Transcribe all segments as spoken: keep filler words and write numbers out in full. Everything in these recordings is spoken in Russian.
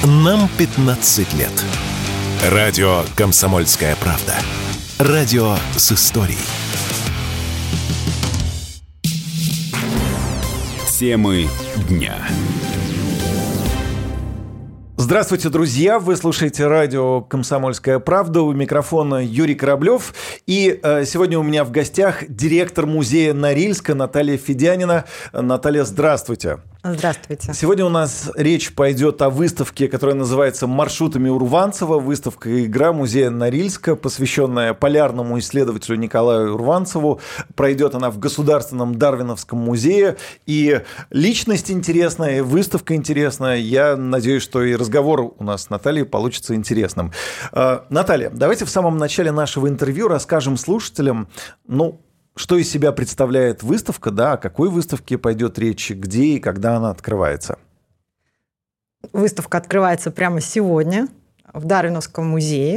Нам пятнадцать лет. Радио «Комсомольская правда». Радио с историей. Темы дня. Здравствуйте, друзья! Вы слушаете радио «Комсомольская правда». У микрофона Юрий Кораблев. И э, сегодня у меня в гостях директор музея Норильска Наталья Федянина. Наталья, здравствуйте! Здравствуйте. Сегодня у нас речь пойдет о выставке, которая называется «Маршрутами Урванцева». Выставка и игра музея Норильска, посвященная полярному исследователю Николаю Урванцеву. Пройдет она в Государственном Дарвиновском музее. И личность интересная, и выставка интересная. Я надеюсь, что и разговор у нас с Натальей получится интересным. Наталья, давайте в самом начале нашего интервью расскажем слушателям, ну, что из себя представляет выставка, да, о какой выставке пойдет речь, где и когда она открывается? Выставка открывается прямо сегодня в Дарвиновском музее.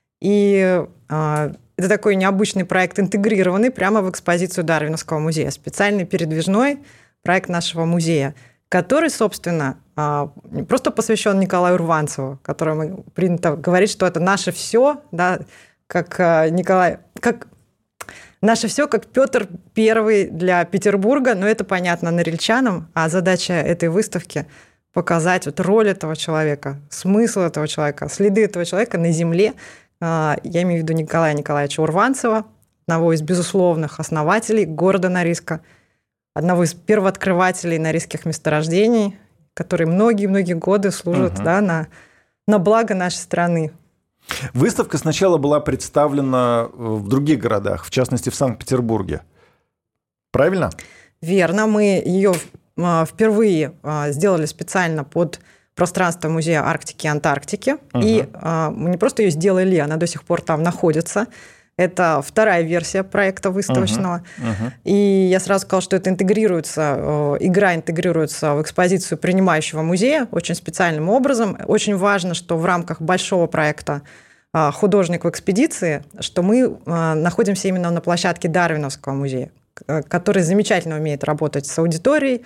И э, это такой необычный проект, интегрированный прямо в экспозицию Дарвиновского музея. Специальный передвижной проект нашего музея, который, собственно, э, просто посвящен Николаю Урванцеву, которому принято говорить, что это наше все, да, как э, Николай... Как Наше все как Петр Первый для Петербурга, но это понятно норильчанам, а задача этой выставки – показать вот роль этого человека, смысл этого человека, следы этого человека на земле. Я имею в виду Николая Николаевича Урванцева, одного из безусловных основателей города Норильска, одного из первооткрывателей норильских месторождений, который многие-многие годы служит угу. да, на, на благо нашей страны. Выставка сначала была представлена в других городах, в частности, в Санкт-Петербурге. Правильно? Верно. Мы ее впервые сделали специально под пространство Музея Арктики и Антарктики. Угу. И мы не просто ее сделали, она до сих пор там находится. Это вторая версия проекта выставочного. Uh-huh, uh-huh. И я сразу сказала, что это интегрируется, игра интегрируется в экспозицию принимающего музея очень специальным образом. Очень важно, что в рамках большого проекта «Художник в экспедиции», что мы находимся именно на площадке Дарвиновского музея, который замечательно умеет работать с аудиторией,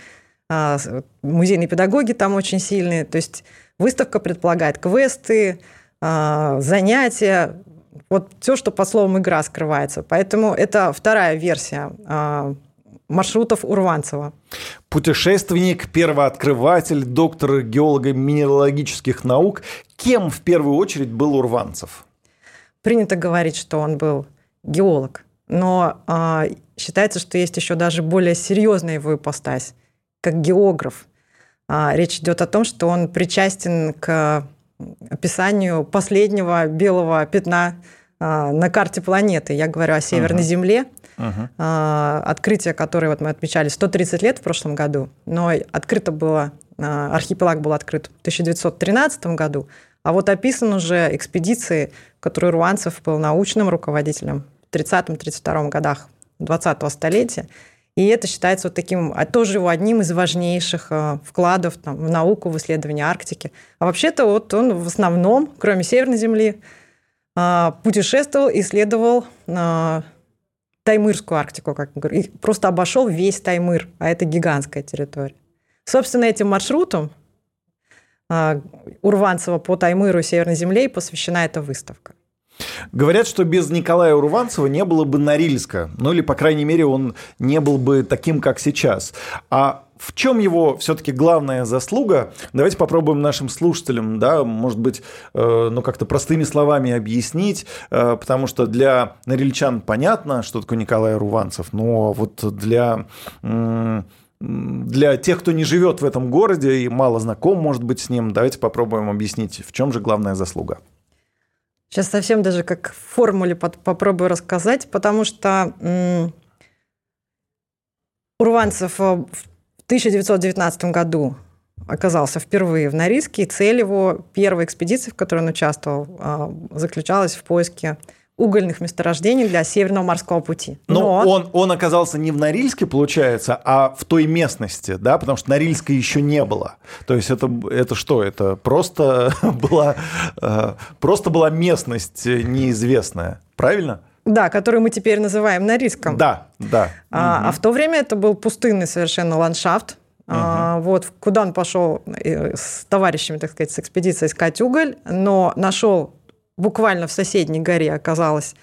музейные педагоги там очень сильные. То есть выставка предполагает квесты, занятия, вот все, что под словом «игра» скрывается. Поэтому это вторая версия э, маршрутов Урванцева. Путешественник, первооткрыватель, доктор геолого-минералогических наук. Кем в первую очередь был Урванцев? Принято говорить, что он был геолог. Но э, считается, что есть еще даже более серьезная его ипостась, как географ. Э, речь идет о том, что он причастен к описанию последнего белого пятна э, на карте планеты. Я говорю о Северной uh-huh. Земле, uh-huh. э, открытие которое вот мы отмечали сто тридцать лет в прошлом году, но открыто было, э, архипелаг был открыт в тысяча девятьсот тринадцатом году, а вот описан уже экспедиции, в которой Урванцев был научным руководителем в тридцатом-тридцать втором годах двадцатого столетия. И это считается вот таким, а тоже его одним из важнейших э, вкладов там, в науку, в исследование Арктики. А вообще-то вот он в основном, кроме Северной Земли, э, путешествовал, исследовал э, Таймырскую Арктику, как я говорю, и просто обошел весь Таймыр, а это гигантская территория. Собственно, этим маршрутом э, Урванцева по Таймыру и Северной Земле посвящена эта выставка. Говорят, что без Николая Урванцева не было бы Норильска. Ну или, по крайней мере, он не был бы таким, как сейчас. А в чем его все-таки главная заслуга? Давайте попробуем нашим слушателям, да, может быть, э, ну как-то простыми словами объяснить, э, потому что для норильчан понятно, что такое Николай Урванцев, но вот для... Э, Для тех, кто не живет в этом городе и мало знаком, может быть, с ним, давайте попробуем объяснить, в чем же главная заслуга. Сейчас совсем даже как в формуле попробую рассказать, потому что м- Урванцев в тысяча девятьсот девятнадцатом году оказался впервые в Норильске, и цель его первой экспедиции, в которой он участвовал, заключалась в поиске угольных месторождений для Северного морского пути. Но, Но он, он оказался не в Норильске, получается, а в той местности, да, потому что Норильска еще не было. То есть это, это что? Это просто была, просто была местность неизвестная, правильно? Да, которую мы теперь называем Норильском. Да, да. А, угу. а в то время это был пустынный совершенно ландшафт, Uh-huh. Вот, куда он пошел с товарищами, так сказать, с экспедицией искать уголь, но нашел буквально в соседней горе оказалось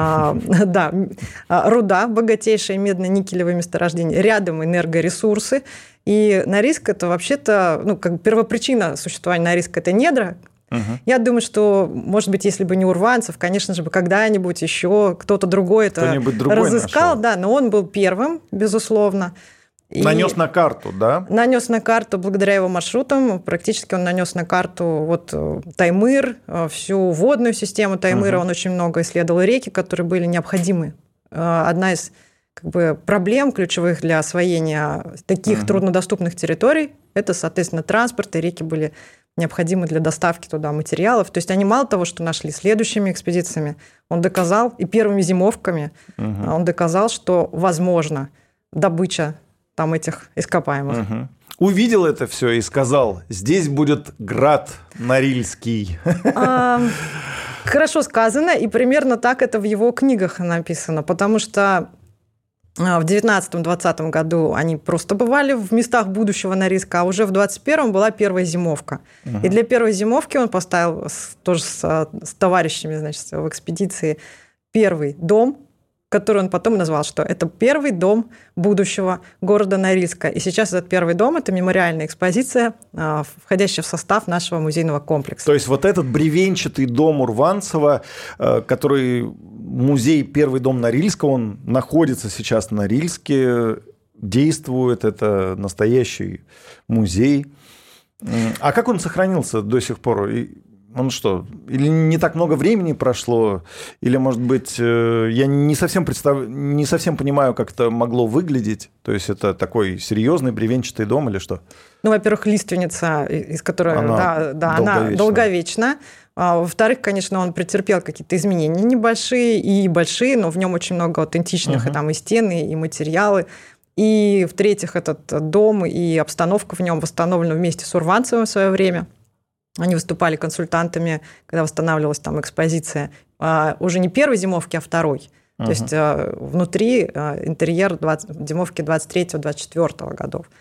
да, руда, богатейшее медно-никелевое месторождение, рядом энергоресурсы. И Норильск – это вообще-то, ну, как первопричина существования Норильска – это недра. Угу. Я думаю, что, может быть, если бы не Урванцев, конечно же, бы когда-нибудь еще кто-то другой это другой разыскал. Да, но он был первым, безусловно. И нанес на карту, да? Нанес на карту, благодаря его маршрутам, практически он нанес на карту вот Таймыр, всю водную систему Таймыра, угу. Он очень много исследовал реки, которые были необходимы. Одна из как бы, проблем ключевых для освоения таких угу. труднодоступных территорий – это, соответственно, транспорт, и реки были необходимы для доставки туда материалов. То есть они мало того, что нашли следующими экспедициями, он доказал, и первыми зимовками, угу. он доказал, что возможно добыча там этих ископаемых. Угу. Увидел это все и сказал, здесь будет град Норильский. А, хорошо сказано, и примерно так это в его книгах написано, потому что в девятнадцатом-двадцатом году они просто бывали в местах будущего Норильска, а уже в двадцать первом была первая зимовка. Угу. И для первой зимовки он поставил тоже с, с товарищами, значит, в экспедиции первый дом, который он потом назвал, что это первый дом будущего города Норильска. И сейчас этот первый дом – это мемориальная экспозиция, входящая в состав нашего музейного комплекса. То есть вот этот бревенчатый дом Урванцева, который музей «Первый дом Норильска», он находится сейчас на Норильске, действует, это настоящий музей. А как он сохранился до сих пор? Он что, или не так много времени прошло, или, может быть, я не совсем, представ... не совсем понимаю, как это могло выглядеть. То есть это такой серьезный бревенчатый дом или что? Ну, во-первых, лиственница, из которой она, да, да, долговечна. она долговечна. Во-вторых, конечно, он претерпел какие-то изменения небольшие и большие, но в нем очень много аутентичных, uh-huh. и там и стены, и материалы. И, в-третьих, этот дом и обстановка в нем восстановлена вместе с Урванцевым в свое время. Они выступали консультантами, когда восстанавливалась там экспозиция. Уже не первой зимовки, а второй. Uh-huh. То есть внутри интерьер зимовки двадцать третьего - двадцать четвёртого годов.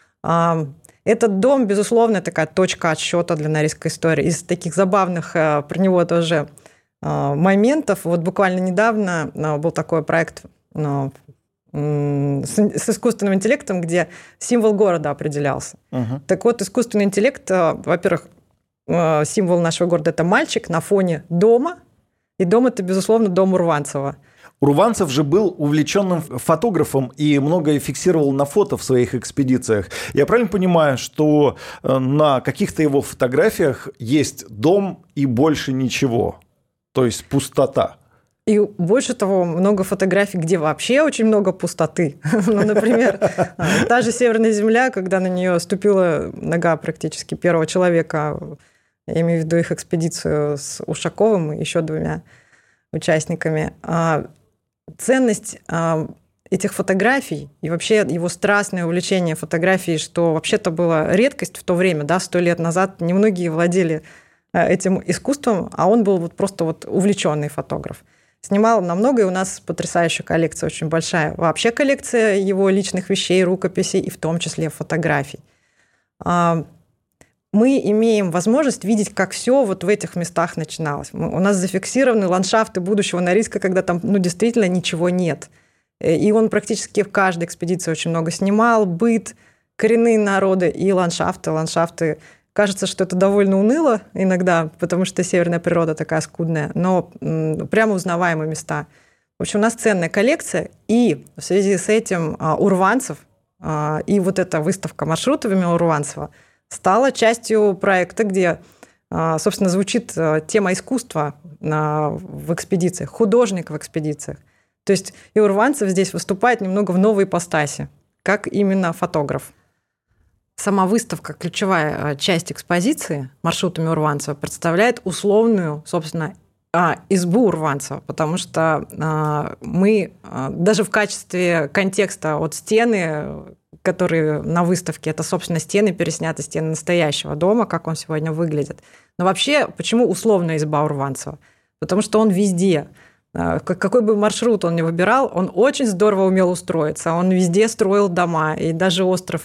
Этот дом, безусловно, такая точка отсчета для норильской истории. Из таких забавных про него тоже моментов. Вот буквально недавно был такой проект с искусственным интеллектом, где символ города определялся. Uh-huh. Так вот, искусственный интеллект, во-первых, символ нашего города – это мальчик на фоне дома, и дом – это, безусловно, дом Урванцева. Урванцев же был увлеченным фотографом и многое фиксировал на фото в своих экспедициях. Я правильно понимаю, что на каких-то его фотографиях есть дом и больше ничего, то есть пустота? И больше того, много фотографий, где вообще очень много пустоты. Ну, например, та же Северная земля, когда на нее ступила нога практически первого человека, я имею в виду их экспедицию с Ушаковым и еще двумя участниками. Ценность этих фотографий и вообще его страстное увлечение фотографией, что вообще-то была редкость в то время, да, сто лет назад немногие владели этим искусством, а он был вот просто вот увлеченный фотограф. Снимал намного, и у нас потрясающая коллекция, очень большая. Вообще коллекция его личных вещей, рукописей, и в том числе фотографий. Мы имеем возможность видеть, как все вот в этих местах начиналось. У нас зафиксированы ландшафты будущего Норильска, когда там ну, действительно ничего нет. И он практически в каждой экспедиции очень много снимал. Быт, коренные народы и ландшафты. Ландшафты. Кажется, что это довольно уныло иногда, потому что северная природа такая скудная, но прямо узнаваемые места. В общем, у нас ценная коллекция, и в связи с этим Урванцев и вот эта выставка маршрутами Урванцева стала частью проекта, где, собственно, звучит тема искусства в экспедициях, художник в экспедициях. То есть и Урванцев здесь выступает немного в новой ипостаси, как именно фотограф. Сама выставка, ключевая часть экспозиции маршрутами Урванцева, представляет условную, собственно, избу Урванцева, потому что мы даже в качестве контекста от стены, которые на выставке, это, собственно, стены, переснятые стены настоящего дома, как он сегодня выглядит. Но вообще, почему условная изба Урванцева? Потому что он везде. Какой бы маршрут он ни выбирал, он очень здорово умел устроиться. Он везде строил дома, и даже остров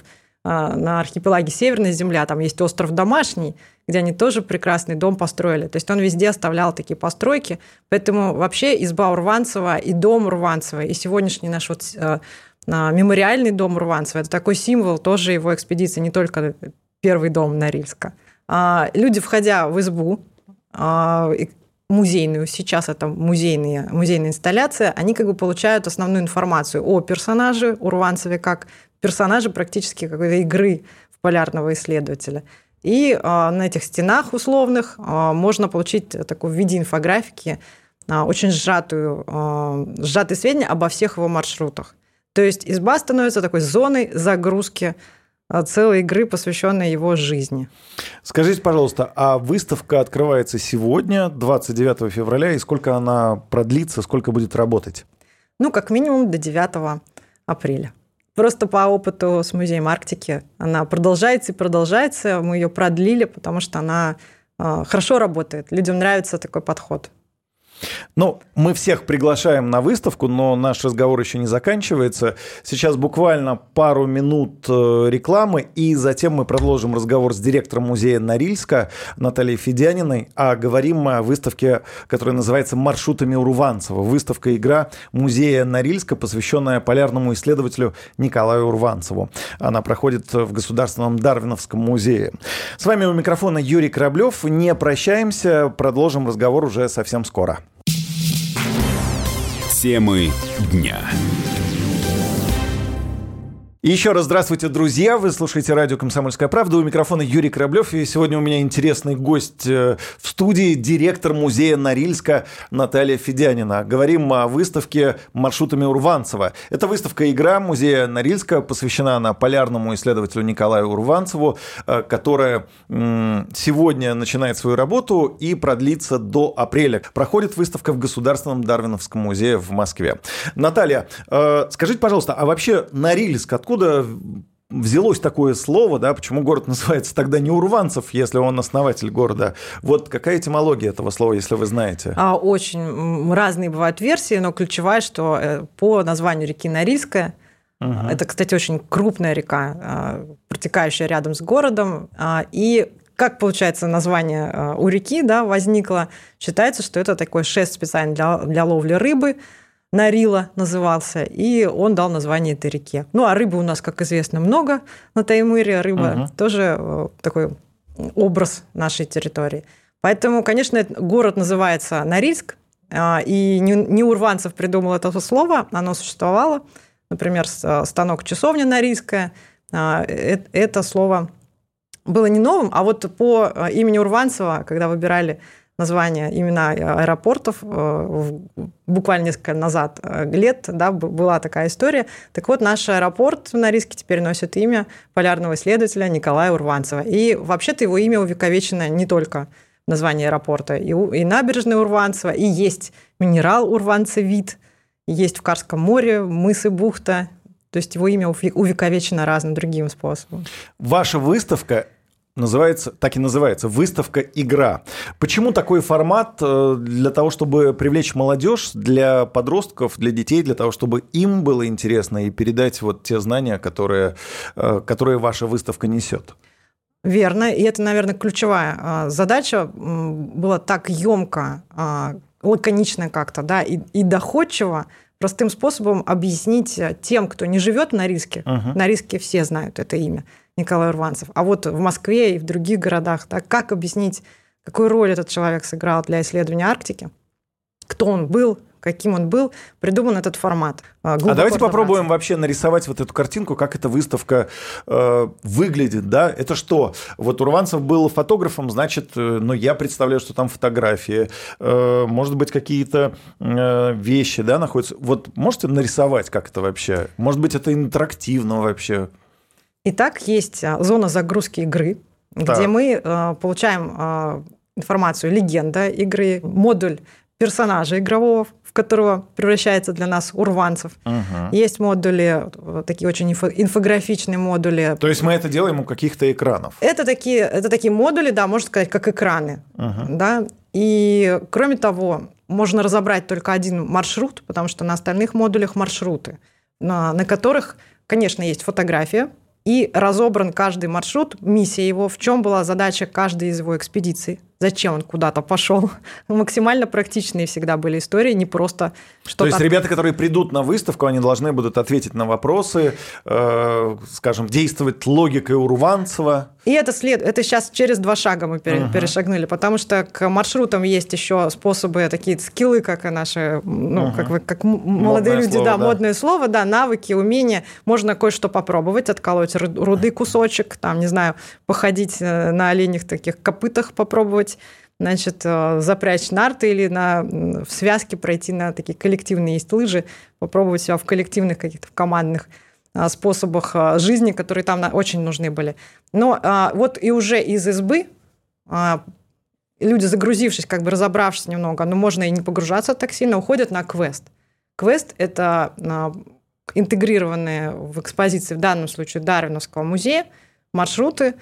на архипелаге Северная Земля, там есть остров Домашний, где они тоже прекрасный дом построили. То есть он везде оставлял такие постройки. Поэтому вообще изба Урванцева и дом Урванцева, и сегодняшний наш вот мемориальный дом Урванцева, это такой символ тоже его экспедиции, не только первый дом Норильска. Люди, входя в избу, музейную, сейчас это музейные, музейная инсталляция, они как бы получают основную информацию о персонаже Урванцеве, как персонаже практически какой-то игры в полярного исследователя. И э, на этих стенах условных э, можно получить такой в виде инфографики э, очень сжатую, э, сжатые сведения обо всех его маршрутах. То есть изба становится такой зоной загрузки целой игры, посвященной его жизни. Скажите, пожалуйста, а выставка открывается сегодня, двадцать девятого февраля, и сколько она продлится, сколько будет работать? Ну, как минимум до девятого апреля. Просто по опыту с Музеем Арктики она продолжается и продолжается. Мы ее продлили, потому что она хорошо работает. Людям нравится такой подход. Ну, мы всех приглашаем на выставку, но наш разговор еще не заканчивается. Сейчас буквально пару минут рекламы, и затем мы продолжим разговор с директором музея Норильска Натальей Федяниной, а говорим мы о выставке, которая называется «Маршрутами Урванцева». Выставка-игра музея Норильска, посвященная полярному исследователю Николаю Урванцеву. Она проходит в Государственном Дарвиновском музее. С вами у микрофона Юрий Кораблев. Не прощаемся, продолжим разговор уже совсем скоро. Темы дня. И еще раз здравствуйте, друзья. Вы слушаете радио «Комсомольская правда». У микрофона Юрий Кораблев. И сегодня у меня интересный гость в студии, директор музея Норильска Наталья Федянина. Говорим о выставке «Маршрутами Урванцева». Это выставка-игра музея Норильска, посвящена она полярному исследователю Николаю Урванцеву, которая сегодня начинает свою работу и продлится до апреля. Проходит выставка в Государственном Дарвиновском музее в Москве. Наталья, скажите, пожалуйста, а вообще Норильск, откуда Откуда взялось такое слово, да, почему город называется тогда не Урванцев, если он основатель города? Вот какая этимология этого слова, если вы знаете? Очень разные бывают версии, но ключевая, что по названию реки Норильская, угу. Это, кстати, очень крупная река, протекающая рядом с городом, и как, получается, название у реки, да, возникло, считается, что это такой шест специально для, для ловли рыбы, Норила назывался, и он дал название этой реке. Ну, а рыбы у нас, как известно, много на Таймыре. Рыба угу. тоже такой образ нашей территории. Поэтому, конечно, город называется Норильск, и не Урванцев придумал это слово, оно существовало. Например, станок часовня Норильская. Это слово было не новым, а вот по имени Урванцева, когда выбирали название, имена аэропортов, буквально несколько назад лет, да, была такая история. Так вот, наш аэропорт в Норильске теперь носит имя полярного исследователя Николая Урванцева. И вообще-то его имя увековечено не только в названии аэропорта. И, и набережная Урванцева, и есть минерал урванцевит, есть в Карском море мыс и бухта. То есть его имя увековечено разным другим способом. Ваша выставка называется, так и называется, выставка-игра. Почему такой формат? Для того, чтобы привлечь молодежь, для подростков, для детей, для того, чтобы им было интересно и передать вот те знания, которые, которые ваша выставка несет. Верно, и это, наверное, ключевая задача. Была так емко, лаконично как-то, да, и, и доходчиво, простым способом объяснить тем, кто не живет в Норильске. Uh-huh. В Норильске все знают это имя. Николай Урванцев. А вот в Москве и в других городах, да, как объяснить, какую роль этот человек сыграл для исследования Арктики, кто он был, каким он был, придуман этот формат. А давайте попробуем вообще нарисовать вот эту картинку, как эта выставка э, выглядит. Да? Это что? Вот Урванцев был фотографом, значит, ну, я представляю, что там фотографии, э, может быть, какие-то э, вещи, да, находятся. Вот можете нарисовать, как это вообще? Может быть, это интерактивно вообще? Итак, есть зона загрузки игры, так. где мы э, получаем э, информацию, легенда игры, модуль персонажа игрового, в которого превращается для нас Урванцев. Угу. Есть модули, такие очень инфо- инфографичные модули. То есть мы это делаем у каких-то экранов? Это такие, это такие модули, да, можно сказать, как экраны. Угу. Да? И, кроме того, можно разобрать только один маршрут, потому что на остальных модулях маршруты, на, на которых, конечно, есть фотография и разобран каждый маршрут, миссия его, в чем была задача каждой из его экспедиций, зачем он куда-то пошел. Максимально практичные всегда были истории, не просто что-то... То есть ребята, которые придут на выставку, они должны будут ответить на вопросы, э, скажем, действовать логикой Урванцева. И это, след... это сейчас через два шага мы пере... uh-huh. перешагнули, потому что к маршрутам есть еще способы, такие скиллы, как и наши, ну, uh-huh. как, вы, как молодые люди, слово, да, да, модное слово, да, навыки, умения. Можно кое-что попробовать, отколоть руды кусочек, там, не знаю, походить на оленях таких копытах, попробовать, значит, запрячь нарты или на, в связке пройти на такие коллективные есть лыжи, попробовать себя в коллективных каких-то, в командных способах жизни, которые там очень нужны были. Но вот и уже из избы люди, загрузившись, как бы разобравшись немного, но можно и не погружаться так сильно, уходят на квест. Квест – это интегрированные в экспозиции, в данном случае Дарвиновского музея, маршруты,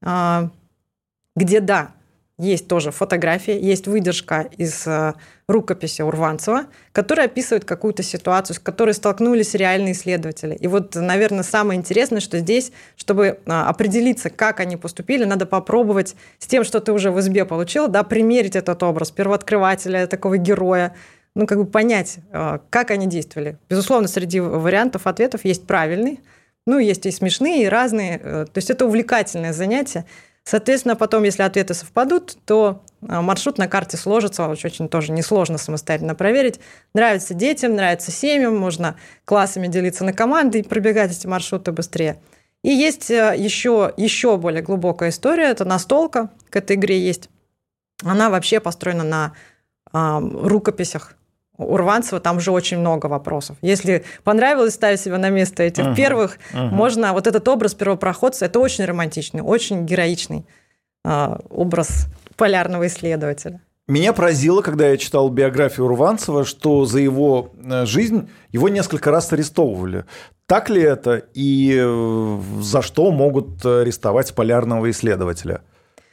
где, да, есть тоже фотографии, есть выдержка из рукописи Урванцева, которая описывает какую-то ситуацию, с которой столкнулись реальные исследователи. И вот, наверное, самое интересное, что здесь, чтобы определиться, как они поступили, надо попробовать с тем, что ты уже в избе получил, да, примерить этот образ первооткрывателя, такого героя, ну, как бы понять, как они действовали. Безусловно, среди вариантов ответов есть правильный, ну, есть и смешные, и разные. То есть это увлекательное занятие. Соответственно, потом, если ответы совпадут, то маршрут на карте сложится, очень тоже несложно самостоятельно проверить. Нравится детям, нравится семьям, можно классами делиться на команды и пробегать эти маршруты быстрее. И есть еще, еще более глубокая история, это настолка к этой игре есть. Она вообще построена на э, рукописях Урванцева, там же очень много вопросов. Если понравилось ставить себя на место этих uh-huh, первых, uh-huh. можно... Вот этот образ первопроходца, это очень романтичный, очень героичный э, образ полярного исследователя. Меня поразило, когда я читал биографию Урванцева, что за его жизнь его несколько раз арестовывали. Так ли это? И за что могут арестовать полярного исследователя?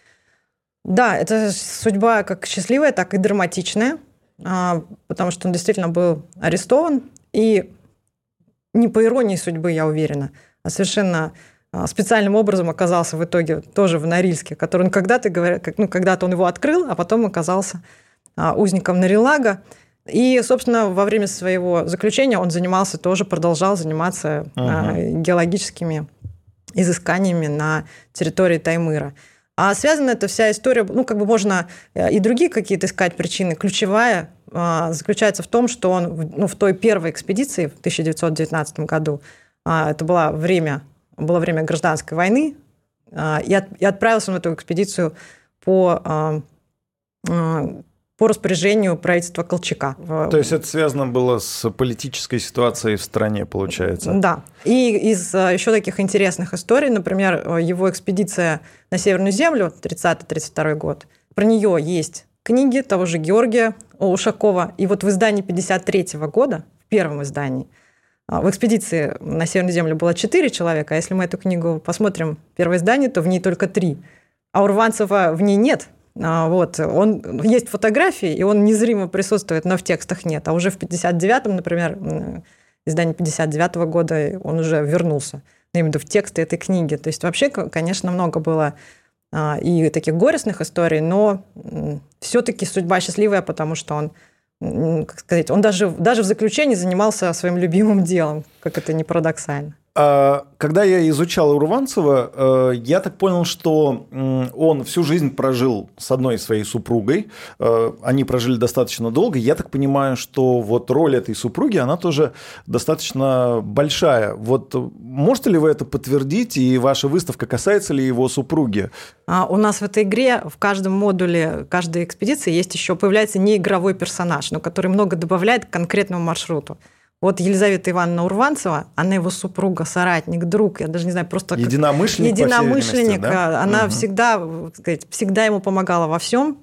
Да, это судьба как счастливая, так и драматичная. Потому что он действительно был арестован, и не по иронии судьбы, я уверена, а совершенно специальным образом оказался в итоге тоже в Норильске, который он когда-то, ну, когда-то он его открыл, а потом оказался узником Норилага. И, собственно, во время своего заключения он занимался, тоже продолжал заниматься uh-huh. геологическими изысканиями на территории Таймыра. А связана эта вся история, ну, как бы можно и другие какие-то искать причины. Ключевая а, заключается в том, что он ну, в той первой экспедиции в тысяча девятьсот девятнадцатом году, а, это было время, было время гражданской войны, а, и, от, и отправился он в эту экспедицию по, а, а, по распоряжению правительства Колчака. То есть это связано было с политической ситуацией в стране, получается? Да. И из еще таких интересных историй, например, его экспедиция на Северную Землю, тридцатый-тридцать второй год, про нее есть книги того же Георгия Ушакова. И вот в издании пятьдесят третьего года, в первом издании, в экспедиции на Северную Землю было четыре человека, а если мы эту книгу посмотрим, первое издание, то в ней только три. А Урванцева в ней нет. Вот. Он, есть фотографии, и он незримо присутствует, но в текстах нет. А уже в пятьдесят девятом, например, издание пятьдесят девятого года, он уже вернулся именно в тексты этой книги. То есть вообще, конечно, много было и таких горестных историй, но все-таки судьба счастливая, потому что он, как сказать, он даже, даже в заключении занимался своим любимым делом, как это ни парадоксально. Когда я изучал Урванцева, я так понял, что он всю жизнь прожил с одной своей супругой. Они прожили достаточно долго. Я так понимаю, что вот роль этой супруги, она тоже достаточно большая. Вот можете ли вы это подтвердить? И ваша выставка касается ли его супруги? У нас в этой игре в каждом модуле каждой экспедиции есть еще появляется неигровой персонаж, но который много добавляет к конкретному маршруту. Вот Елизавета Ивановна Урванцева, она его супруга, соратник, друг, я даже не знаю, просто... Единомышленник, как... Единомышленник, да? Она угу. всегда, сказать, всегда ему помогала во всем,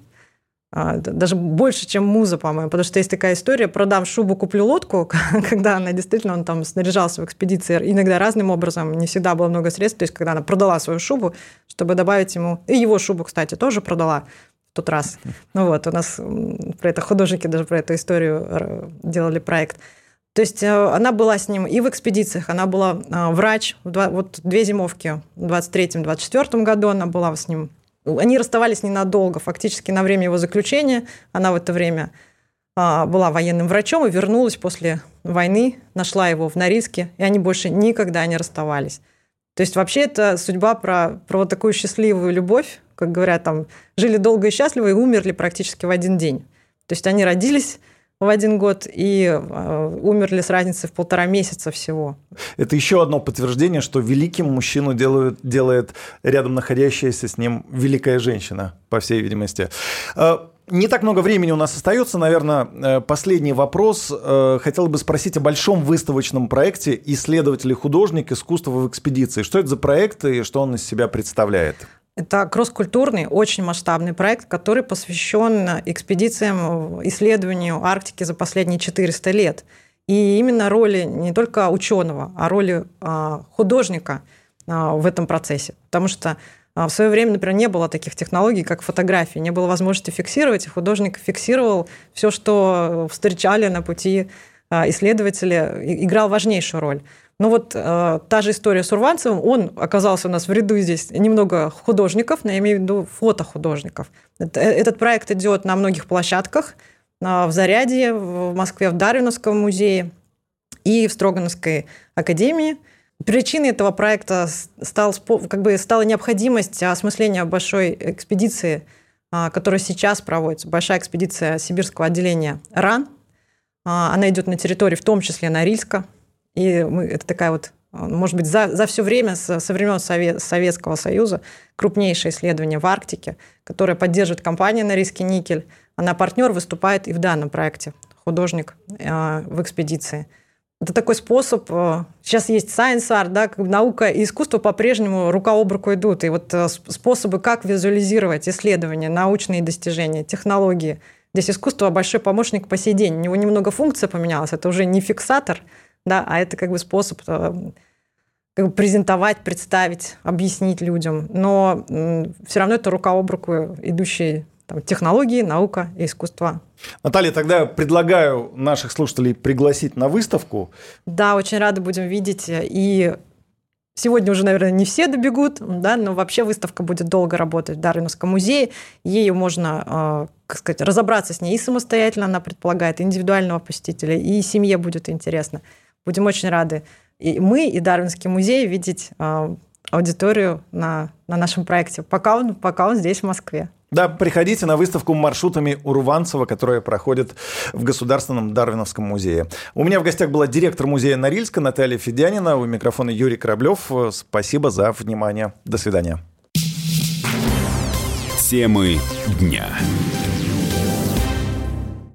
даже больше, чем муза, по-моему, потому что есть такая история, продам шубу, куплю лодку, когда она действительно, он там снаряжался в экспедиции, иногда разным образом, не всегда было много средств, то есть когда она продала свою шубу, чтобы добавить ему... И его шубу, кстати, тоже продала в тот раз. Ну вот, у нас про это художники даже про эту историю делали проект. То есть она была с ним и в экспедициях, она была врач. Вот две зимовки в двадцать третьем - двадцать четвёртом году она была с ним. Они расставались ненадолго, фактически на время его заключения. Она в это время была военным врачом и вернулась после войны, нашла его в Норильске, и они больше никогда не расставались. То есть вообще это судьба про, про вот такую счастливую любовь, как говорят, там, жили долго и счастливо и умерли практически в один день. То есть они родились в один год и э, умерли с разницей в полтора месяца всего. Это еще одно подтверждение, что великим мужчину делают, делает рядом находящаяся с ним великая женщина, по всей видимости. Не так много времени у нас остается. Наверное, последний вопрос. Хотел бы спросить о большом выставочном проекте «Исследователь и художник. Искусство в экспедиции». Что это за проект и что он из себя представляет? Это кросс-культурный, очень масштабный проект, который посвящен экспедициям, исследованию Арктики за последние четыреста лет. И именно роли не только ученого, а роли художника в этом процессе. Потому что в свое время, например, не было таких технологий, как фотографии, не было возможности фиксировать, и художник фиксировал все, что встречали на пути исследователи, играл важнейшую роль. Но вот э, та же история с Урванцевым, он оказался у нас в ряду здесь немного художников, но я имею в виду фотохудожников. Это, этот проект идет на многих площадках, в Зарядье, в Москве, в Дарвиновском музее и в Строгановской академии. Причиной этого проекта стал, как бы, стала необходимость осмысления большой экспедиции, которая сейчас проводится, большая экспедиция сибирского отделения РАН. Она идет на территории, в том числе Норильска. И мы, это такая вот, может быть, за, за все время, со, со времен Совет, Советского Союза, крупнейшее исследование в Арктике, которое поддерживает компания «Норильский никель». Она партнер, выступает и в данном проекте, художник э, в экспедиции. Это такой способ. Сейчас есть science art, да, как бы наука и искусство по-прежнему рука об руку идут. И вот способы, как визуализировать исследования, научные достижения, технологии. Здесь искусство большой помощник по сей день. У него немного функция поменялась. Это уже не фиксатор, да, а это как бы способ как бы презентовать, представить, объяснить людям. Но все равно это рука об руку идущие там, технологии, наука и искусство. Наталья, тогда предлагаю наших слушателей пригласить на выставку. Да, очень рады будем видеть. И сегодня уже, наверное, не все добегут, да, но вообще выставка будет долго работать в Дарвиновском музее. Ею можно, как сказать, разобраться с ней и самостоятельно, она предполагает, индивидуального посетителя, и семье будет интересно. Будем очень рады и мы, и Дарвинский музей видеть аудиторию на, на нашем проекте, пока он, пока он здесь, в Москве. Да, приходите на выставку маршрутами Урванцева, которая проходит в Государственном Дарвиновском музее. У меня в гостях была директор музея Норильска Наталья Федянина, у микрофона Юрий Кораблев. Спасибо за внимание. До свидания. Темы дня.